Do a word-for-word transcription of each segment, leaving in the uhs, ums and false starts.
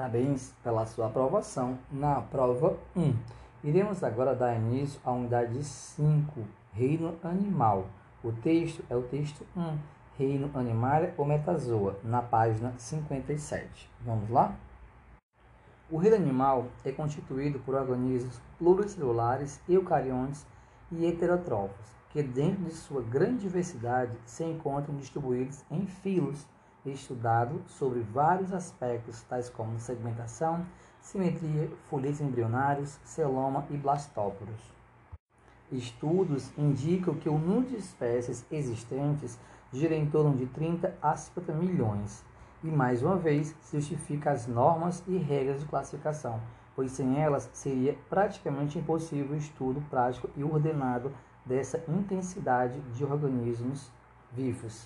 Parabéns pela sua aprovação na prova um. Iremos agora dar início à unidade cinco, Reino Animal. O texto é o texto um, Reino Animalia ou Metazoa, na página cinquenta e sete. Vamos lá? O reino animal é constituído por organismos pluricelulares, eucariontes e heterótrofos, que dentro de sua grande diversidade se encontram distribuídos em filos, estudado sobre vários aspectos, tais como segmentação, simetria, folhetos embrionários, celoma e blastóporos. Estudos indicam que o número de espécies existentes gira em torno de trinta a cinquenta milhões, e mais uma vez se justifica as normas e regras de classificação, pois sem elas seria praticamente impossível o estudo prático e ordenado dessa intensidade de organismos vivos.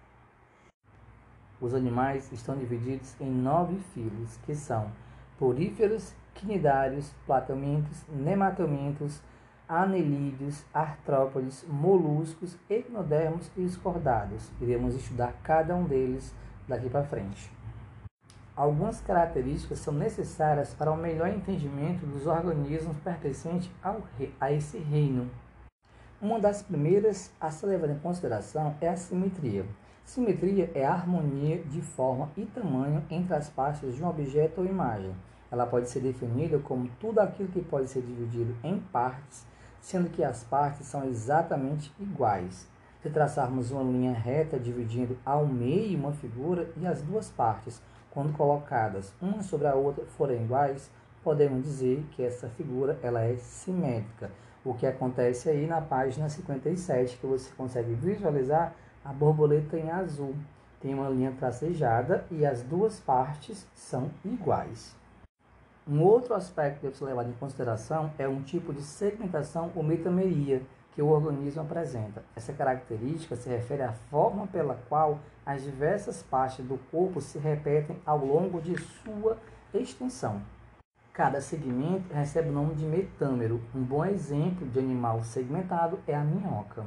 Os animais estão divididos em nove filos, que são poríferos, quinidários, platamentos, nematomentos, anelídeos, artrópodes, moluscos, equinodermos e escordados. Iremos estudar cada um deles daqui para frente. Algumas características são necessárias para o melhor entendimento dos organismos pertencentes ao, a esse reino. Uma das primeiras a ser levada em consideração é a simetria. Simetria é a harmonia de forma e tamanho entre as partes de um objeto ou imagem. Ela pode ser definida como tudo aquilo que pode ser dividido em partes, sendo que as partes são exatamente iguais. Se traçarmos uma linha reta dividindo ao meio uma figura e as duas partes, quando colocadas uma sobre a outra, forem iguais, podemos dizer que essa figura ela é simétrica. O que acontece aí na página cinquenta e sete, que você consegue visualizar a borboleta em azul. Tem uma linha tracejada e as duas partes são iguais. Um outro aspecto que deve ser levado em consideração é um tipo de segmentação ou metameria que o organismo apresenta. Essa característica se refere à forma pela qual as diversas partes do corpo se repetem ao longo de sua extensão. Cada segmento recebe o nome de metâmero. Um bom exemplo de animal segmentado é a minhoca.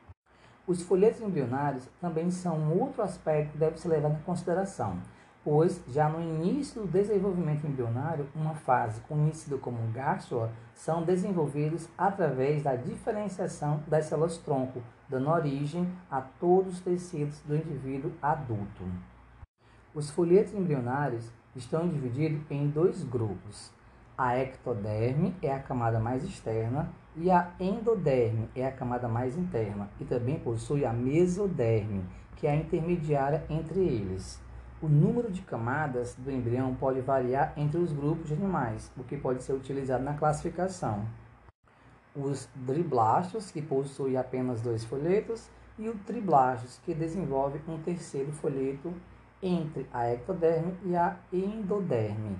Os folhetos embrionários também são um outro aspecto que deve ser levado em consideração, pois já no início do desenvolvimento embrionário, uma fase conhecida como gástula, são desenvolvidos através da diferenciação das células-tronco, dando origem a todos os tecidos do indivíduo adulto. Os folhetos embrionários estão divididos em dois grupos. A ectoderme é a camada mais externa e a endoderme é a camada mais interna, e também possui a mesoderme, que é a intermediária entre eles. O número de camadas do embrião pode variar entre os grupos de animais, o que pode ser utilizado na classificação. Os driblastos, que possuem apenas dois folhetos, e o triblastos, que desenvolve um terceiro folheto entre a ectoderme e a endoderme.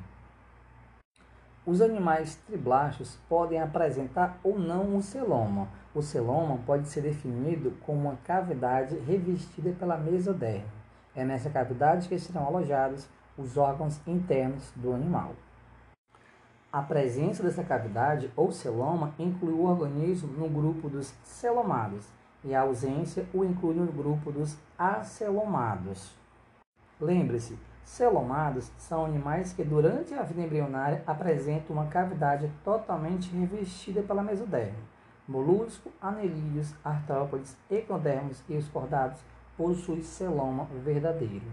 Os animais triblastos podem apresentar ou não um celoma. O celoma pode ser definido como uma cavidade revestida pela mesoderme. É nessa cavidade que serão alojados os órgãos internos do animal. A presença dessa cavidade ou celoma inclui o organismo no grupo dos celomados e a ausência o inclui no grupo dos acelomados. Lembre-se, celomados são animais que durante a vida embrionária apresentam uma cavidade totalmente revestida pela mesoderme. Molusco, anelídeos, artrópodes, equinodermos e escordados possuem celoma verdadeiro.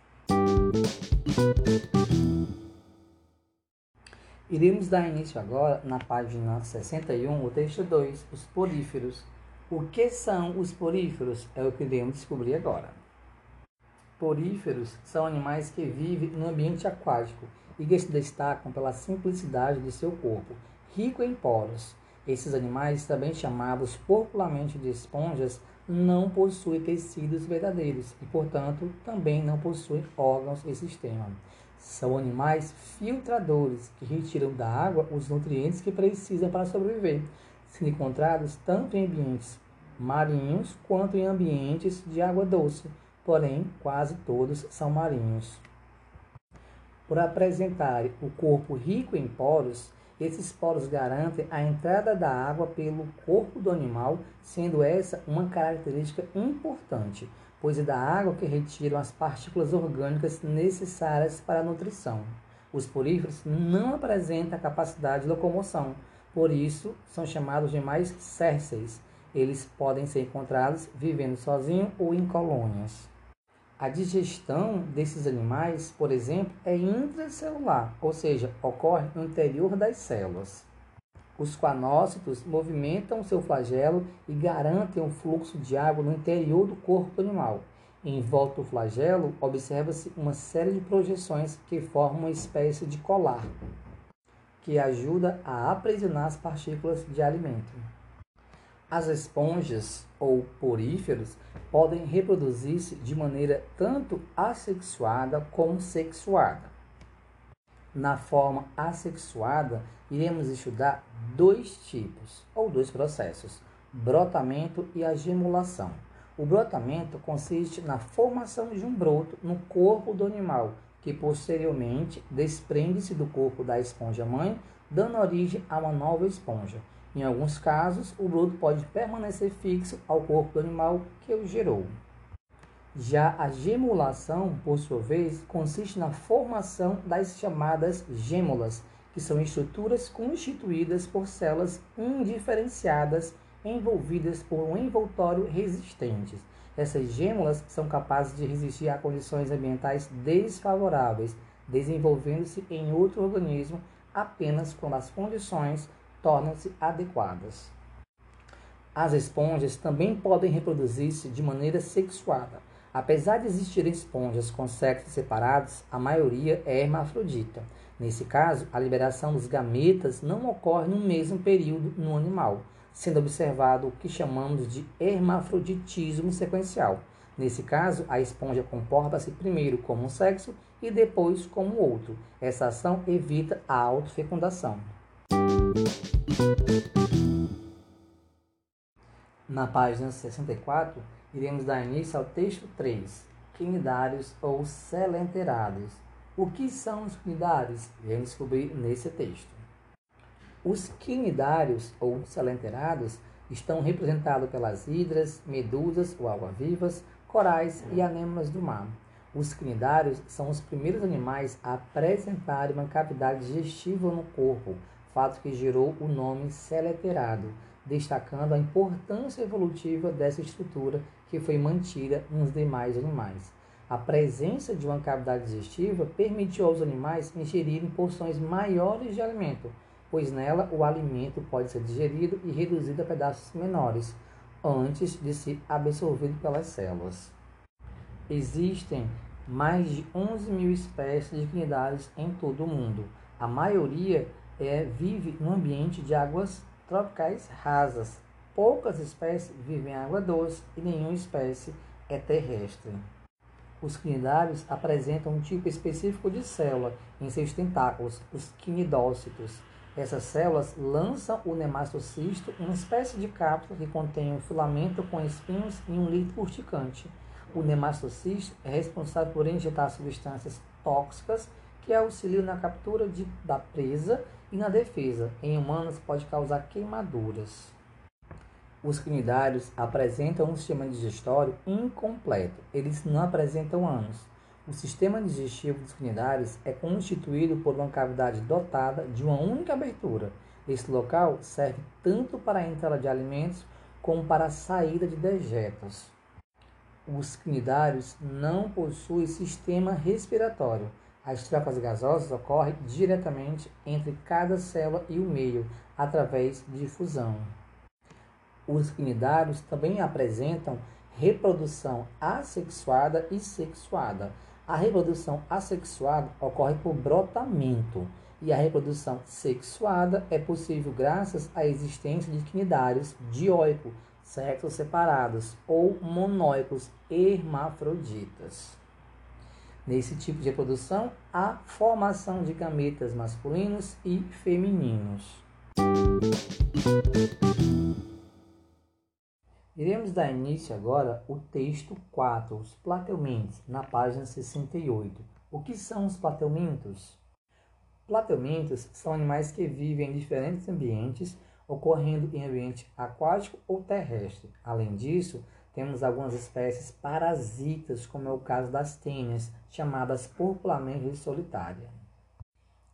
Iremos dar início agora, na página sessenta e um, o texto dois, os poríferos. O que são os poríferos? É o que iremos descobrir agora. Poríferos são animais que vivem no ambiente aquático e que se destacam pela simplicidade de seu corpo, rico em poros. Esses animais, também chamados popularmente de esponjas, não possuem tecidos verdadeiros e, portanto, também não possuem órgãos e sistema. São animais filtradores que retiram da água os nutrientes que precisam para sobreviver, sendo encontrados tanto em ambientes marinhos quanto em ambientes de água doce. Porém, quase todos são marinhos. Por apresentarem o corpo rico em poros, esses poros garantem a entrada da água pelo corpo do animal, sendo essa uma característica importante, pois é da água que retiram as partículas orgânicas necessárias para a nutrição. Os poríferos não apresentam capacidade de locomoção, por isso são chamados de animais sérseis. Eles podem ser encontrados vivendo sozinhos ou em colônias. A digestão desses animais, por exemplo, é intracelular, ou seja, ocorre no interior das células. Os coanócitos movimentam seu flagelo e garantem o fluxo de água no interior do corpo do animal. Em volta do flagelo, observa-se uma série de projeções que formam uma espécie de colar, que ajuda a aprisionar as partículas de alimento. As esponjas, ou poríferos, podem reproduzir-se de maneira tanto assexuada como sexuada. Na forma assexuada, iremos estudar dois tipos, ou dois processos, brotamento e a gemulação. O brotamento consiste na formação de um broto no corpo do animal, que posteriormente desprende-se do corpo da esponja-mãe, dando origem a uma nova esponja. Em alguns casos, o broto pode permanecer fixo ao corpo do animal que o gerou. Já a gemulação, por sua vez, consiste na formação das chamadas gêmulas, que são estruturas constituídas por células indiferenciadas envolvidas por um envoltório resistente. Essas gêmulas são capazes de resistir a condições ambientais desfavoráveis, desenvolvendo-se em outro organismo apenas quando as condições tornam-se adequadas. As esponjas também podem reproduzir-se de maneira sexuada. Apesar de existirem esponjas com sexos separados, a maioria é hermafrodita. Nesse caso, a liberação dos gametas não ocorre no mesmo período no animal, sendo observado o que chamamos de hermafroditismo sequencial. Nesse caso, a esponja comporta-se primeiro como um sexo e depois como outro. Essa ação evita a autofecundação. Na página sessenta e quatro, iremos dar início ao texto três, quinidários ou selenterados. O que são os quinidários? Iremos descobrir nesse texto. Os quinidários ou selenterados estão representados pelas hidras, medusas ou água-vivas, corais e anêmonas do mar. Os quinidários são os primeiros animais a apresentarem uma cavidade digestiva no corpo, fato que gerou o nome seleterado, destacando a importância evolutiva dessa estrutura que foi mantida nos demais animais. A presença de uma cavidade digestiva permitiu aos animais ingerirem porções maiores de alimento, pois nela o alimento pode ser digerido e reduzido a pedaços menores, antes de ser absorvido pelas células. Existem mais de onze mil espécies de quinidários em todo o mundo. A maioria é, vive no ambiente de águas tropicais rasas. Poucas espécies vivem em água doce e nenhuma espécie é terrestre. Os quinidários apresentam um tipo específico de célula em seus tentáculos, os quinidócitos. Essas células lançam o nemastocisto, uma espécie de cápsula que contém um filamento com espinhos e um líquido urticante. O nemastocisto é responsável por injetar substâncias tóxicas que auxiliam na captura de, da presa e na defesa. Em humanos pode causar queimaduras. Os quinidários apresentam um sistema digestório incompleto. Eles não apresentam ânus. O sistema digestivo dos quinidários é constituído por uma cavidade dotada de uma única abertura. Esse local serve tanto para a entrada de alimentos como para a saída de dejetos. Os quinidários não possuem sistema respiratório. As trocas gasosas ocorrem diretamente entre cada célula e o meio, através de difusão. Os quinidários também apresentam reprodução assexuada e sexuada. A reprodução assexuada ocorre por brotamento e a reprodução sexuada é possível graças à existência de quinidários dioicos, sexos separados, ou monóicos, hermafroditas. Nesse tipo de reprodução, há formação de gametas masculinos e femininos. Iremos dar início agora ao texto quatro, os plateumintos, na página sessenta e oito. O que são os plateumintos? Plateumintos são animais que vivem em diferentes ambientes, ocorrendo em ambiente aquático ou terrestre. Além disso, temos algumas espécies parasitas, como é o caso das tênias, chamadas popularmente de solitária.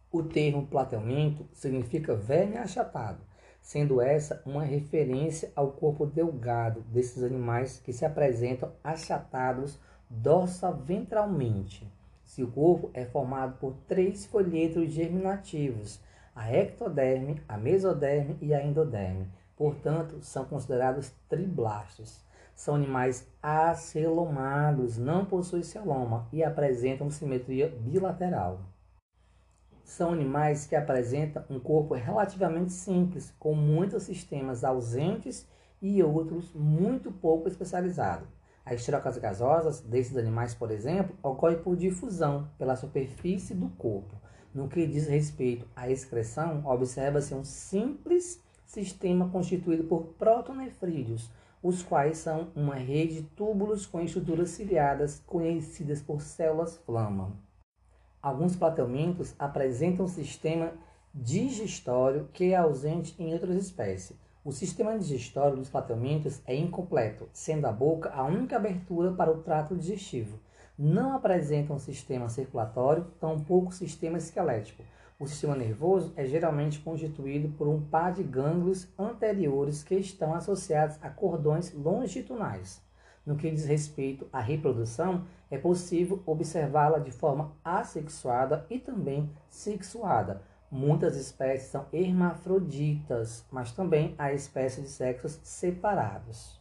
O termo platelminto significa verme achatado, sendo essa uma referência ao corpo delgado desses animais que se apresentam achatados dorsoventralmente. Seu corpo é formado por três folhetos germinativos, a ectoderme, a mesoderme e a endoderme. Portanto, são considerados triblastos. São animais acelomados, não possuem celoma e apresentam simetria bilateral. São animais que apresentam um corpo relativamente simples, com muitos sistemas ausentes e outros muito pouco especializados. As trocas gasosas desses animais, por exemplo, ocorrem por difusão pela superfície do corpo. No que diz respeito à excreção, observa-se um simples sistema constituído por protonefrídeos, os quais são uma rede de túbulos com estruturas ciliadas conhecidas por células-flama. Alguns platelmintos apresentam um sistema digestório que é ausente em outras espécies. O sistema digestório dos platelmintos é incompleto, sendo a boca a única abertura para o trato digestivo. Não apresentam um sistema circulatório, tampouco sistema esquelético. O sistema nervoso é geralmente constituído por um par de gânglios anteriores que estão associados a cordões longitudinais. No que diz respeito à reprodução, é possível observá-la de forma assexuada e também sexuada. Muitas espécies são hermafroditas, mas também há espécies de sexos separados.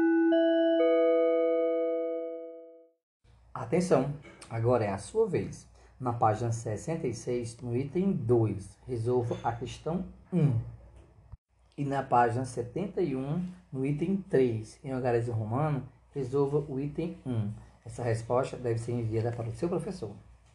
Atenção, agora é a sua vez. Na página sessenta e seis, no item dois, resolva a questão um. E na página setenta e um, no item três, em algarismo romano, resolva o item um. Essa resposta deve ser enviada para o seu professor.